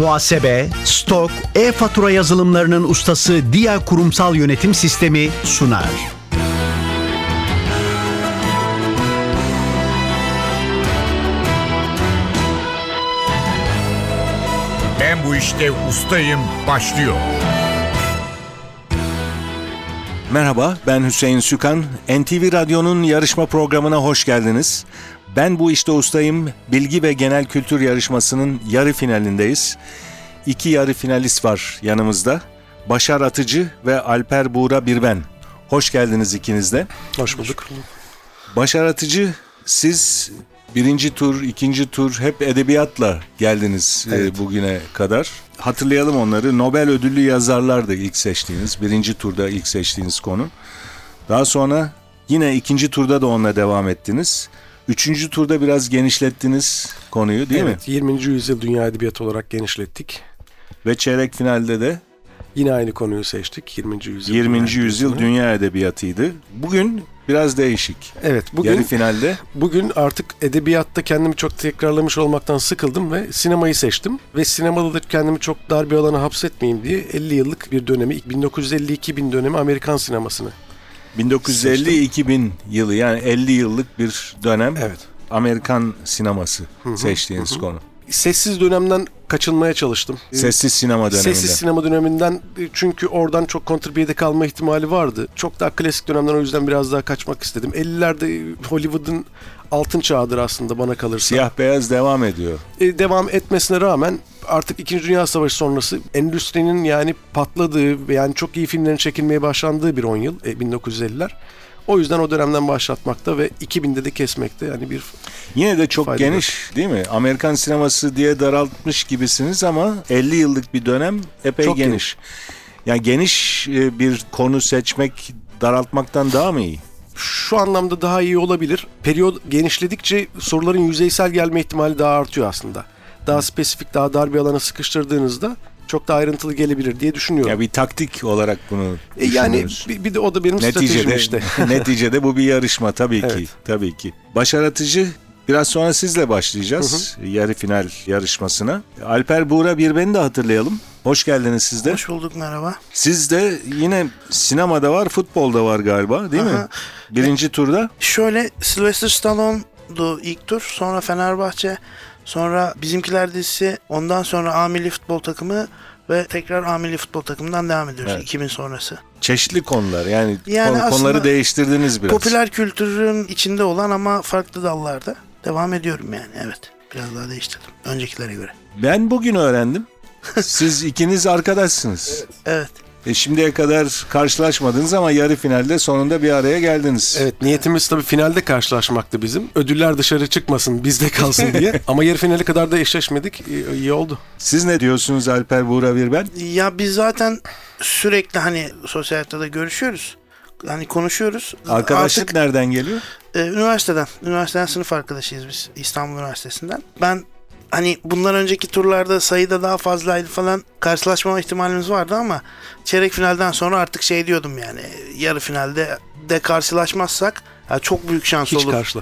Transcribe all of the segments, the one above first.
muhasebe, stok, e-fatura yazılımlarının ustası Dia Kurumsal Yönetim Sistemi sunar. Ben bu işte ustayım başlıyor. Merhaba, ben Hüseyin Sükan. NTV Radyo'nun yarışma programına hoş geldiniz. Ben bu işte ustayım. Bilgi ve genel kültür yarışmasının yarı finalindeyiz. 2 yarı finalist var yanımızda. Başar Atıcı ve Alper Buğra Birben. Hoş geldiniz ikiniz de. Hoş bulduk. Başar Atıcı, siz birinci tur, ikinci tur hep edebiyatla geldiniz bugüne kadar. Hatırlayalım onları. Nobel ödüllü yazarlardı ilk seçtiğiniz. Birinci turda ilk seçtiğiniz konu. Daha sonra yine ikinci turda da onunla devam ettiniz. Üçüncü turda biraz genişlettiniz konuyu, değil mi? Evet, 20. yüzyıl dünya edebiyatı olarak genişlettik. Ve çeyrek finalde de Yine aynı konuyu seçtik. 20. yüzyıl. 20. yüzyıl dünya edebiyatıydı. Bugün biraz değişik. Evet, Yarı finalde. Bugün artık edebiyatta kendimi çok tekrarlamış olmaktan sıkıldım ve sinemayı seçtim. Ve sinemada da kendimi çok dar bir alana hapsetmeyeyim diye 50 yıllık bir dönemi, 1950-2000 dönemi Amerikan sinemasını 1950-2000 yılı, yani 50 yıllık bir dönem. Evet. Amerikan sineması seçtiğiniz konu. Sessiz dönemden kaçınmaya çalıştım. Sessiz sinema döneminde. Sessiz sinema döneminden, çünkü oradan çok kontrpiyede kalma ihtimali vardı. Çok daha klasik dönemden o yüzden biraz daha kaçmak istedim. 50'lerde Hollywood'un altın çağıdır aslında bana kalırsa. Siyah beyaz devam ediyor. Devam etmesine rağmen artık 2. Dünya Savaşı sonrası endüstrinin yani patladığı ve yani çok iyi filmlerin çekilmeye başlandığı bir 10 yıl 1950'ler. O yüzden o dönemden başlatmakta ve 2000'de de kesmekte yani bir Yine de çok fayda geniş var. değil mi? Amerikan sineması diye daraltmış gibisiniz ama 50 yıllık bir dönem epey Çok geniş. Yani geniş bir konu seçmek daraltmaktan daha mı iyi? Şu anlamda daha iyi olabilir. Periyod genişledikçe soruların yüzeysel gelme ihtimali daha artıyor aslında. Daha spesifik, daha dar bir alana sıkıştırdığınızda çok daha ayrıntılı gelebilir diye düşünüyorum. Ya bir taktik olarak bunu Yani düşünüyoruz. bir de o da benim stratejim işte. Neticede bu bir yarışma tabii ki. Evet. Tabii ki. Başar Atıcı, biraz sonra sizle başlayacağız yarı final yarışmasına. Alper Buğra Birben'i de hatırlayalım. Hoş geldiniz siz de. Hoş bulduk, merhaba. Siz de yine sinemada var, futbolda var galiba, değil mi? Aha. Birinci turda. Şöyle, Sylvester Stallone'du ilk tur, sonra Fenerbahçe, sonra Bizimkiler dizisi, ondan sonra A Milli Futbol Takımı ve tekrar A Milli Futbol Takımından devam ediyoruz 2000 sonrası. Çeşitli konular, yani aslında konuları değiştirdiniz biraz. Popüler kültürün içinde olan ama farklı dallarda devam ediyorum yani, evet. Biraz daha değiştirdim öncekilere göre. Ben bugün öğrendim. Siz ikiniz arkadaşsınız. Evet. Şimdiye kadar karşılaşmadınız ama yarı finalde sonunda bir araya geldiniz. Evet, niyetimiz tabii finalde karşılaşmaktı bizim. Ödüller dışarı çıkmasın, bizde kalsın diye. Ama yarı finale kadar da eşleşmedik. İyi oldu. Siz ne diyorsunuz Alper Buğra Birben? Ya biz zaten sürekli hani sosyal hayatta da görüşüyoruz. Hani konuşuyoruz. Arkadaşlık Artık nereden geliyor? Üniversiteden sınıf arkadaşıyız biz, İstanbul Üniversitesi'nden. Ben hani bundan önceki turlarda sayıda daha fazlaydı falan, karşılaşmama ihtimalimiz vardı ama çeyrek finalden sonra artık şey diyordum yani, yarı finalde de karşılaşmazsak ya çok büyük şans Hiç olur. karşıla.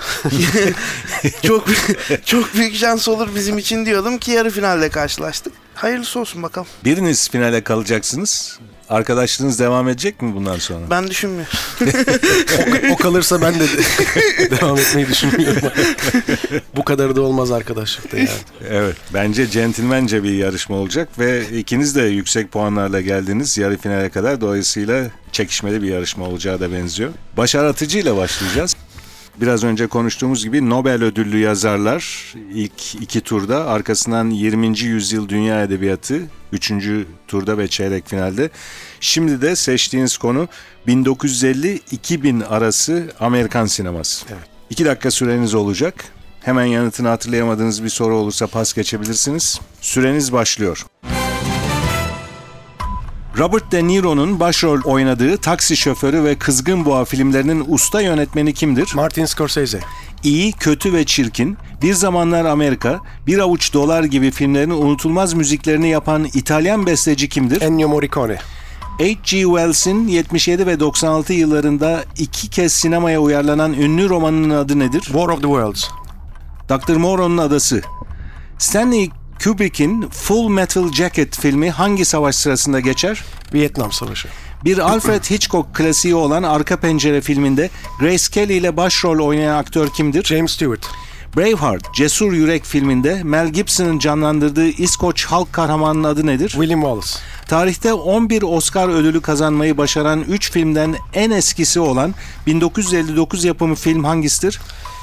çok büyük şans olur bizim için diyordum ki yarı finalde karşılaştık. Hayırlısı olsun bakalım. Biriniz finale kalacaksınız. Arkadaşlığınız devam edecek mi bundan sonra? Ben düşünmüyorum. O kalırsa ben de devam etmeyi düşünmüyorum. Bu kadarı da olmaz arkadaşlıkta yani. Evet, bence centilmence bir yarışma olacak ve ikiniz de yüksek puanlarla geldiniz yarı finale kadar. Dolayısıyla çekişmeli bir yarışma olacağı da benziyor. Başar Atıcı ile başlayacağız. Biraz önce konuştuğumuz gibi Nobel ödüllü yazarlar ilk 2 turda, arkasından 20. yüzyıl dünya edebiyatı 3. turda ve çeyrek finalde. Şimdi de seçtiğiniz konu 1950-2000 arası Amerikan sineması. Evet. 2 dakika süreniz olacak. Hemen yanıtını hatırlayamadığınız bir soru olursa pas geçebilirsiniz. Süreniz başlıyor. Robert De Niro'nun başrol oynadığı Taksi Şoförü ve Kızgın Boğa filmlerinin usta yönetmeni kimdir? Martin Scorsese. İyi, Kötü ve Çirkin, Bir Zamanlar Amerika, Bir Avuç Dolar gibi filmlerin unutulmaz müziklerini yapan İtalyan besteci kimdir? Ennio Morricone. H.G. Wells'in 77 ve 96 yıllarında 2 kez sinemaya uyarlanan ünlü romanının adı nedir? War of the Worlds. Dr. Moreau'nun Adası. Stanley Kubrick'in Full Metal Jacket filmi hangi savaş sırasında geçer? Vietnam Savaşı. Bir Alfred Hitchcock klasiği olan Arka Pencere filminde Grace Kelly ile başrol oynayan aktör kimdir? James Stewart. Braveheart, Cesur Yürek filminde Mel Gibson'ın canlandırdığı İskoç halk kahramanının adı nedir? William Wallace. Tarihte 11 Oscar ödülü kazanmayı başaran 3 filmden en eskisi olan 1959 yapımı film hangisidir?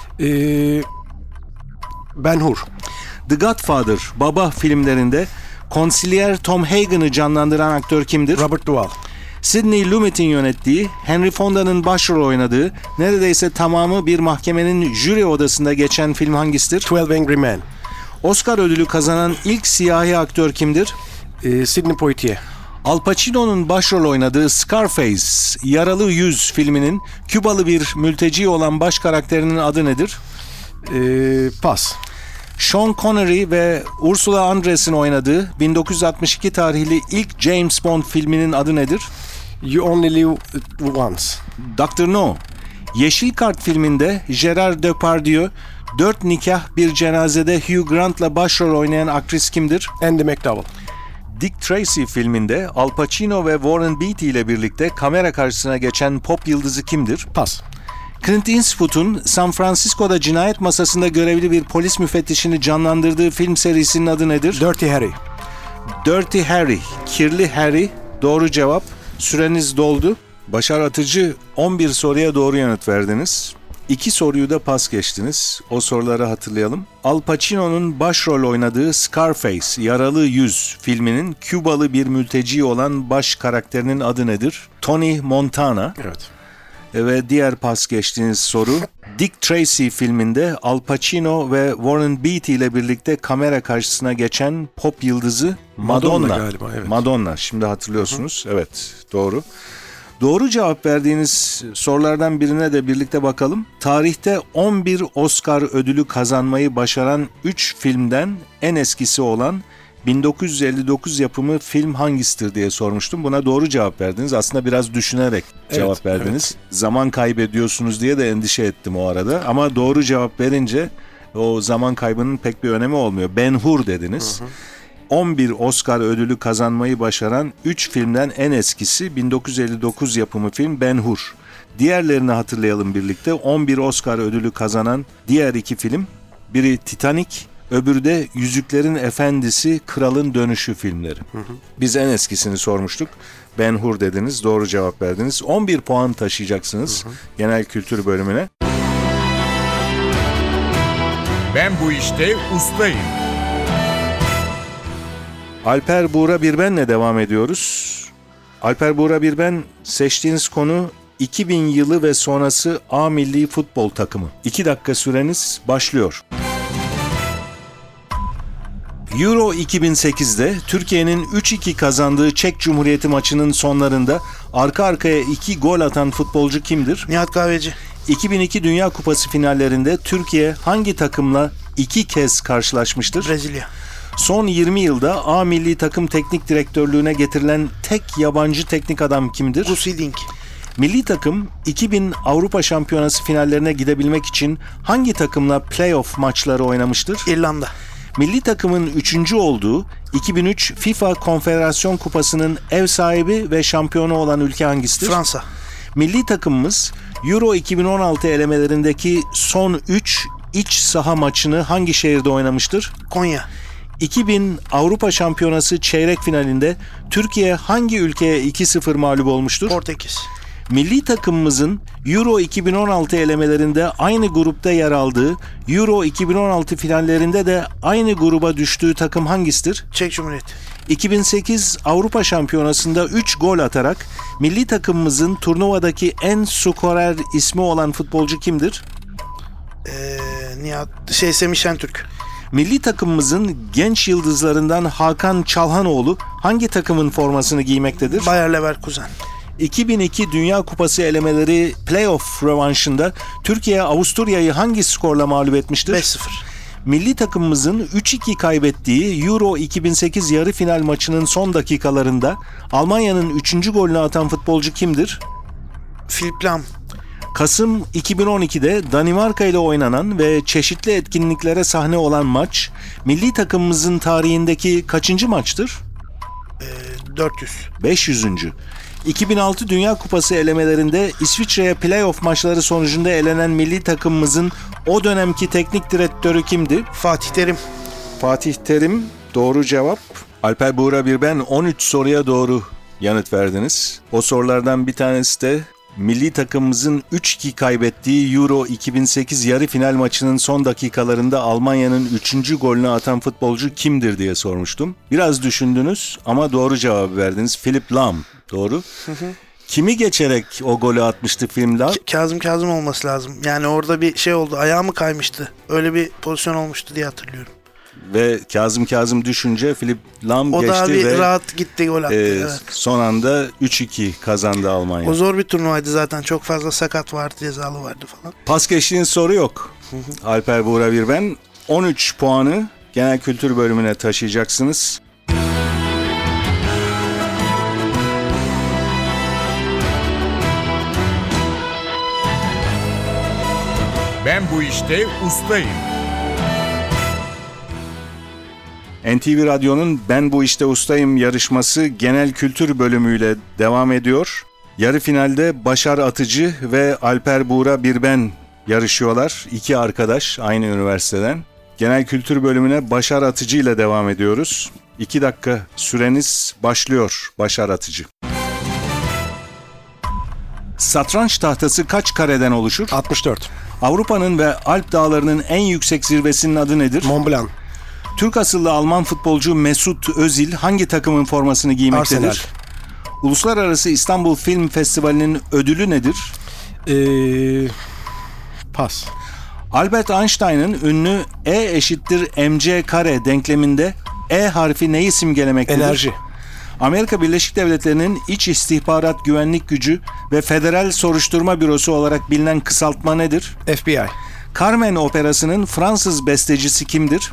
Ben-Hur. The Godfather, Baba filmlerinde konsilyer Tom Hagen'ı canlandıran aktör kimdir? Robert Duvall. Sidney Lumet'in yönettiği, Henry Fonda'nın başrol oynadığı, neredeyse tamamı bir mahkemenin jüri odasında geçen film hangisidir? 12 Angry Men. Oscar ödülü kazanan ilk siyahi aktör kimdir? Sidney Poitier. Al Pacino'nun başrol oynadığı Scarface, Yaralı Yüz filminin Kübalı bir mülteci olan baş karakterinin adı nedir? Pas. Sean Connery ve Ursula Andress'in oynadığı 1962 tarihli ilk James Bond filminin adı nedir? You Only Live Once. Dr. No. Yeşil Kart filminde Gerard Depardieu, 4 nikah bir cenazede Hugh Grant'la başrol oynayan aktris kimdir? Andy McDowell. Dick Tracy filminde Al Pacino ve Warren Beatty ile birlikte kamera karşısına geçen pop yıldızı kimdir? Pas. Clint Eastwood'un San Francisco'da cinayet masasında görevli bir polis müfettişini canlandırdığı film serisinin adı nedir? Dirty Harry. Dirty Harry, Kirli Harry. Doğru cevap. Süreniz doldu. Başar Atıcı 11 soruya doğru yanıt verdiniz. 2 soruyu da pas geçtiniz. O soruları hatırlayalım. Al Pacino'nun başrol oynadığı Scarface, Yaralı Yüz filminin Kübalı bir mülteci olan baş karakterinin adı nedir? Tony Montana. Evet. Ve diğer pas geçtiğiniz soru, Dick Tracy filminde Al Pacino ve Warren Beatty ile birlikte kamera karşısına geçen pop yıldızı Madonna. Galiba, evet. Madonna, şimdi hatırlıyorsunuz. Evet, doğru. Doğru cevap verdiğiniz sorulardan birine de birlikte bakalım. Tarihte 11 Oscar ödülü kazanmayı başaran 3 filmden en eskisi olan 1959 yapımı film hangisidir diye sormuştum. Buna doğru cevap verdiniz. Aslında biraz düşünerek cevap verdiniz. Evet. Zaman kaybediyorsunuz diye de endişe ettim o arada. Ama doğru cevap verince o zaman kaybının pek bir önemi olmuyor. Ben-Hur dediniz. 11 Oscar ödülü kazanmayı başaran 3 filmden en eskisi 1959 yapımı film Ben-Hur. Diğerlerini hatırlayalım birlikte. 11 Oscar ödülü kazanan diğer 2 film. Biri Titanic, öbürü de Yüzüklerin Efendisi, Kralın Dönüşü filmleri. Biz en eskisini sormuştuk. Ben-Hur dediniz, doğru cevap verdiniz. 11 puan taşıyacaksınız genel kültür bölümüne. Ben bu işte ustayım. Alper Buğra Birben'le devam ediyoruz. Alper Buğra Birben, seçtiğiniz konu 2000 yılı ve sonrası A milli futbol takımı. 2 dakika süreniz başlıyor. Euro 2008'de Türkiye'nin 3-2 kazandığı Çek Cumhuriyeti maçının sonlarında arka arkaya 2 gol atan futbolcu kimdir? Nihat Kahveci. 2002 Dünya Kupası finallerinde Türkiye hangi takımla 2 kez karşılaşmıştır? Brezilya. Son 20 yılda A milli takım teknik direktörlüğüne getirilen tek yabancı teknik adam kimdir? Gus Hiddink. Milli takım 2000 Avrupa Şampiyonası finallerine gidebilmek için hangi takımla playoff maçları oynamıştır? İrlanda. Milli takımın 3. olduğu 2003 FIFA Konfederasyon Kupası'nın ev sahibi ve şampiyonu olan ülke hangisidir? Fransa. Milli takımımız Euro 2016 elemelerindeki son 3 iç saha maçını hangi şehirde oynamıştır? Konya. 2000 Avrupa Şampiyonası çeyrek finalinde Türkiye hangi ülkeye 2-0 mağlup olmuştur? Portekiz. Milli takımımızın Euro 2016 elemelerinde aynı grupta yer aldığı, Euro 2016 finallerinde de aynı gruba düştüğü takım hangisidir? Çek Cumhuriyeti. 2008 Avrupa Şampiyonası'nda 3 gol atarak milli takımımızın turnuvadaki en skorer ismi olan futbolcu kimdir? Semih Şentürk. Milli takımımızın genç yıldızlarından Hakan Çalhanoğlu hangi takımın formasını giymektedir? Bayer Leverkusen. 2002 Dünya Kupası elemeleri playoff rövanşında Türkiye Avusturya'yı hangi skorla mağlup etmiştir? 5-0. Milli takımımızın 3-2 kaybettiği Euro 2008 yarı final maçının son dakikalarında Almanya'nın 3. golünü atan futbolcu kimdir? Philipp Lahm. Kasım 2012'de Danimarka ile oynanan ve çeşitli etkinliklere sahne olan maç, milli takımımızın tarihindeki kaçıncı maçtır? 400. 500. 2006 Dünya Kupası elemelerinde İsviçre'ye playoff maçları sonucunda elenen milli takımımızın o dönemki teknik direktörü kimdi? Fatih Terim. Fatih Terim doğru cevap. Alper Buğra Birben 13 soruya doğru yanıt verdiniz. O sorulardan bir tanesi de milli takımımızın 3-2 kaybettiği Euro 2008 yarı final maçının son dakikalarında Almanya'nın 3. golünü atan futbolcu kimdir diye sormuştum. Biraz düşündünüz ama doğru cevabı verdiniz. Philipp Lahm. Doğru. Kimi geçerek o golü atmıştı Philipp Lahm? Kazım olması lazım. Yani orada bir şey oldu. Ayağı mı kaymıştı? Öyle bir pozisyon olmuştu diye hatırlıyorum. Ve Kazım düşünce Philipp Lahm O geçti daha bir ve rahat gitti, gol attı. Evet. son anda 3-2 kazandı Almanya. O zor bir turnuvaydı zaten. Çok fazla sakat vardı, cezalı vardı falan. Pas geçtiğin soru yok. Alper Buğra Birben 13 puanı genel kültür bölümüne taşıyacaksınız. Ben bu işte ustayım. NTV Radyo'nun Ben Bu İşte Ustayım yarışması genel kültür bölümüyle devam ediyor. Yarı finalde Başar Atıcı ve Alper Buğra Birben yarışıyorlar. İki arkadaş aynı üniversiteden. Genel kültür bölümüne Başar Atıcı ile devam ediyoruz. 2 dakika süreniz başlıyor Başar Atıcı. Satranç tahtası kaç kareden oluşur? 64. Avrupa'nın ve Alp dağlarının en yüksek zirvesinin adı nedir? Mont Blanc. Türk asıllı Alman futbolcu Mesut Özil hangi takımın formasını giymektedir? Arsenal. Uluslararası İstanbul Film Festivali'nin ödülü nedir? Pas. Albert Einstein'ın ünlü E=mc² denkleminde E harfi neyi simgelemektedir? Enerji. Amerika Birleşik Devletleri'nin İç İstihbarat Güvenlik Gücü ve Federal Soruşturma Bürosu olarak bilinen kısaltma nedir? FBI. Carmen Operası'nın Fransız bestecisi kimdir?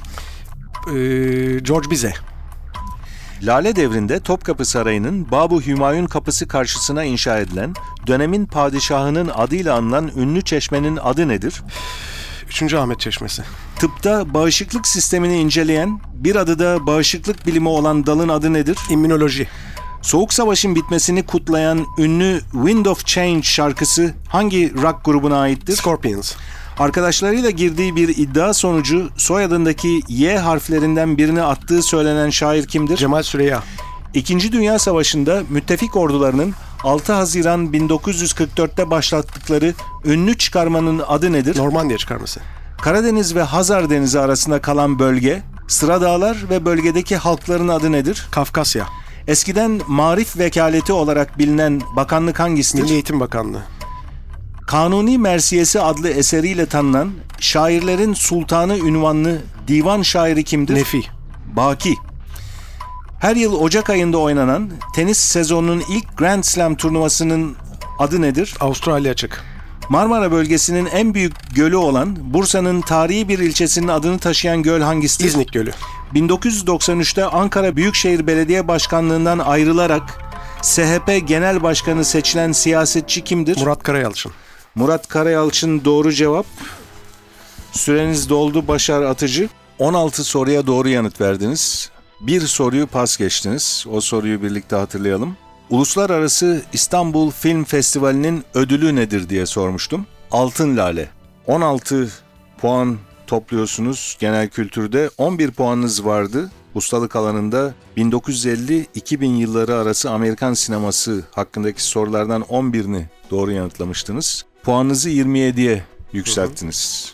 George Bizet. Lale Devri'nde Topkapı Sarayı'nın Babu Hümayun Kapısı karşısına inşa edilen, dönemin padişahının adıyla anılan ünlü çeşmenin adı nedir? 3. Ahmet Çeşmesi. Tıpta bağışıklık sistemini inceleyen, bir adı da bağışıklık bilimi olan dalın adı nedir? İmmünoloji. Soğuk Savaş'ın bitmesini kutlayan ünlü Wind of Change şarkısı hangi rock grubuna aittir? Scorpions. Arkadaşlarıyla girdiği bir iddia sonucu soyadındaki Y harflerinden birini attığı söylenen şair kimdir? Cemal Süreyya. İkinci Dünya Savaşı'nda müttefik ordularının 6 Haziran 1944'te başlattıkları ünlü çıkarmanın adı nedir? Normandiya çıkarması. Karadeniz ve Hazar Denizi arasında kalan bölge, Sıra Dağlar ve bölgedeki halkların adı nedir? Kafkasya. Eskiden Marif Vekaleti olarak bilinen bakanlık hangisidir? Milli Eğitim Bakanlığı. Kanuni Mersiyesi adlı eseriyle tanınan şairlerin sultanı ünvanlı divan şairi kimdir? Nefi. Baki. Her yıl Ocak ayında oynanan tenis sezonunun ilk Grand Slam turnuvasının adı nedir? Avustralya açık. Marmara bölgesinin en büyük gölü olan Bursa'nın tarihi bir ilçesinin adını taşıyan göl hangisidir? İznik Gölü. 1993'te Ankara Büyükşehir Belediye Başkanlığından ayrılarak SHP Genel Başkanı seçilen siyasetçi kimdir? Murat Karayalçın. Murat Karayalçın doğru cevap. Süreniz doldu Başar Atıcı. 16 soruya doğru yanıt verdiniz. Bir soruyu pas geçtiniz. O soruyu birlikte hatırlayalım. Uluslararası İstanbul Film Festivali'nin ödülü nedir diye sormuştum. Altın Lale. 16 puan topluyorsunuz genel kültürde. 11 puanınız vardı. Ustalık alanında 1950-2000 yılları arası Amerikan sineması hakkındaki sorulardan 11'ini doğru yanıtlamıştınız. Puanınızı 27'ye yükselttiniz.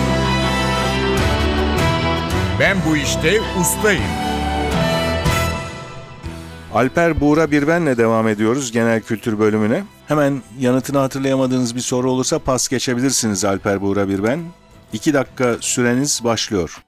Ben bu işte ustayım. Alper Buğra Birben'le devam ediyoruz genel kültür bölümüne. Hemen yanıtını hatırlayamadığınız bir soru olursa pas geçebilirsiniz Alper Buğra Birben. 2 dakika süreniz başlıyor.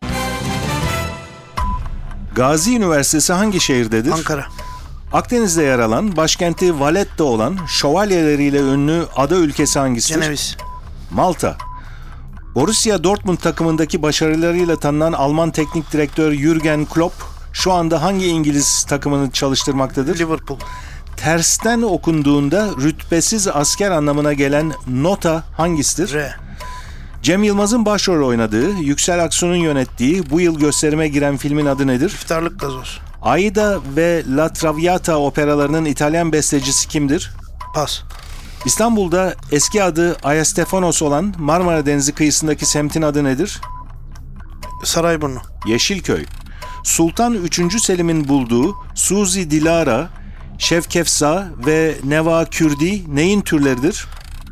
Gazi Üniversitesi hangi şehirdedir? Ankara. Akdeniz'de yer alan, başkenti Vallet'te olan şövalyeleriyle ünlü ada ülkesi hangisidir? Ceneviz. Malta. Borussia Dortmund takımındaki başarılarıyla tanınan Alman teknik direktör Jürgen Klopp şu anda hangi İngiliz takımını çalıştırmaktadır? Liverpool. tersten okunduğunda rütbesiz asker anlamına gelen nota hangisidir? R. Cem Yılmaz'ın başrol oynadığı, Yüksel Aksu'nun yönettiği bu yıl gösterime giren filmin adı nedir? İftarlık gazoz. Aida ve La Traviata operalarının İtalyan bestecisi kimdir? Pas. İstanbul'da eski adı Ayastefanos olan Marmara Denizi kıyısındaki semtin adı nedir? Sarayburnu. Yeşilköy. Sultan 3. Selim'in bulduğu Suzi Dilara, Şevkefza ve Neva Kürdi neyin türleridir?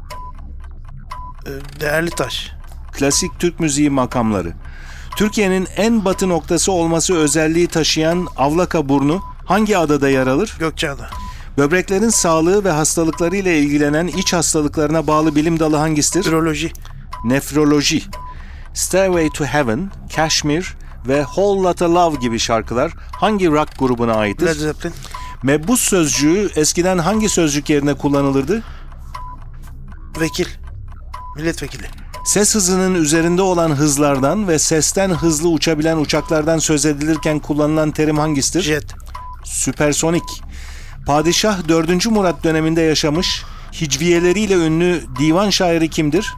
Değerli taş. Klasik Türk müziği makamları. Türkiye'nin en batı noktası olması özelliği taşıyan Avlaka Burnu hangi adada yer alır? Gökçeada. Böbreklerin sağlığı ve hastalıkları ile ilgilenen iç hastalıklarına bağlı bilim dalı hangisidir? Üroloji. Nefroloji. Stairway to Heaven, Kashmir ve Whole Lotta Love gibi şarkılar hangi rock grubuna Led aittir? Zeppelin. Mebus sözcüğü eskiden hangi sözcük yerine kullanılırdı? Vekil. Milletvekili. Ses hızının üzerinde olan hızlardan ve sesten hızlı uçabilen uçaklardan söz edilirken kullanılan terim hangisidir? Jet. Süpersonik. Padişah 4. Murat döneminde yaşamış, hicviyeleriyle ünlü divan şairi kimdir?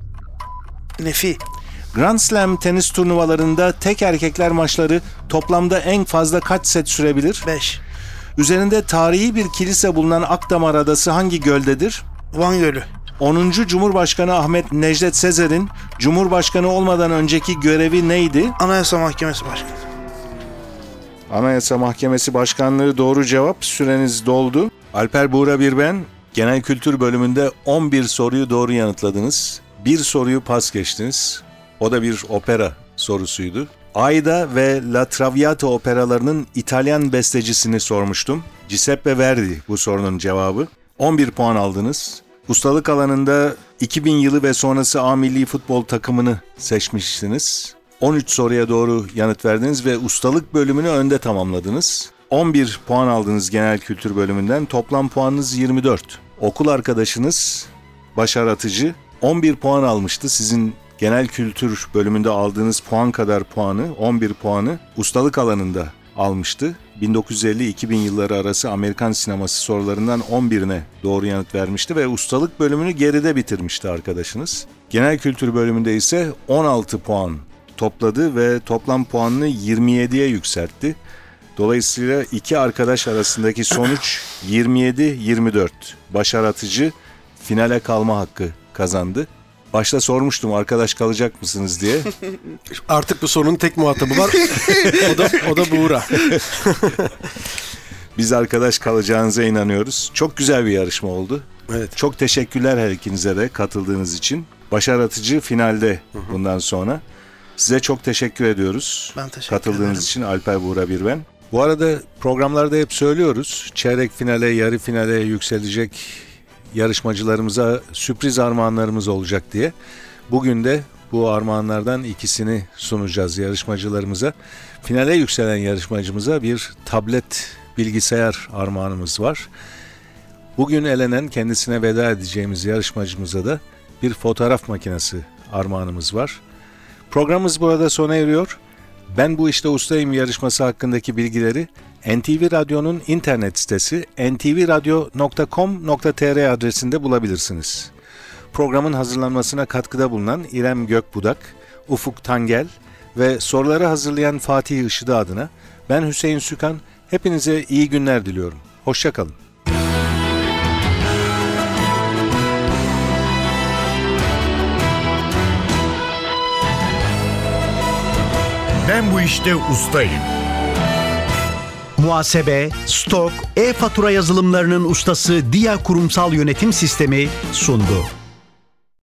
Nefi. Grand Slam tenis turnuvalarında tek erkekler maçları toplamda en fazla kaç set sürebilir? 5. Üzerinde tarihi bir kilise bulunan Akdamar Adası hangi göldedir? Van Gölü. 10. Cumhurbaşkanı Ahmet Necdet Sezer'in Cumhurbaşkanı olmadan önceki görevi neydi? Anayasa Mahkemesi Başkanı. Anayasa Mahkemesi Başkanlığı doğru cevap. Süreniz doldu. Alper Buğra Birben, Genel Kültür bölümünde 11 soruyu doğru yanıtladınız. Bir soruyu pas geçtiniz. O da bir opera sorusuydu. Aida ve La Traviata operalarının İtalyan bestecisini sormuştum. Giuseppe Verdi bu sorunun cevabı. 11 puan aldınız. Ustalık alanında 2000 yılı ve sonrası A milli futbol takımını seçmişsiniz. 13 soruya doğru yanıt verdiniz ve ustalık bölümünü önde tamamladınız. 11 puan aldınız genel kültür bölümünden. Toplam puanınız 24. Okul arkadaşınız Başar Atıcı 11 puan almıştı. Sizin genel kültür bölümünde aldığınız puan kadar puanı, 11 puanı ustalık alanında almıştı. 1950-2000 yılları arası Amerikan sineması sorularından 11'ine doğru yanıt vermişti ve ustalık bölümünü geride bitirmişti arkadaşınız. Genel kültür bölümünde ise 16 puan topladı ve toplam puanını 27'ye yükseltti. Dolayısıyla iki arkadaş arasındaki sonuç 27-24. Başar Atıcı finale kalma hakkı kazandı. Başta sormuştum arkadaş kalacak mısınız diye. Artık bu sorunun tek muhatabı var. o da Buğra. Biz arkadaş kalacağınıza inanıyoruz. Çok güzel bir yarışma oldu. Evet. Çok teşekkürler her ikinize de katıldığınız için. Başar Atıcı finalde bundan sonra. Size çok teşekkür ediyoruz. Ben teşekkür Katıldığınız ederim. için Alper Buğra Birben. Bu arada programlarda hep söylüyoruz. Çeyrek finale, yarı finale yükselecek yarışmacılarımıza sürpriz armağanlarımız olacak diye. Bugün de bu armağanlardan ikisini sunacağız yarışmacılarımıza. Finale yükselen yarışmacımıza bir tablet bilgisayar armağanımız var. Bugün elenen kendisine veda edeceğimiz yarışmacımıza da bir fotoğraf makinesi armağanımız var. Programımız burada sona eriyor. Ben bu işte ustayım yarışması hakkındaki bilgileri NTV Radyo'nun internet sitesi ntvradio.com.tr adresinde bulabilirsiniz. Programın hazırlanmasına katkıda bulunan İrem Gökbudak, Ufuk Tangel ve soruları hazırlayan Fatih Işıdı adına ben Hüseyin Sükan, hepinize iyi günler diliyorum. Hoşça kalın. Ben bu işte ustayım. Muhasebe, stok, e-fatura yazılımlarının ustası Dia Kurumsal Yönetim Sistemi sundu.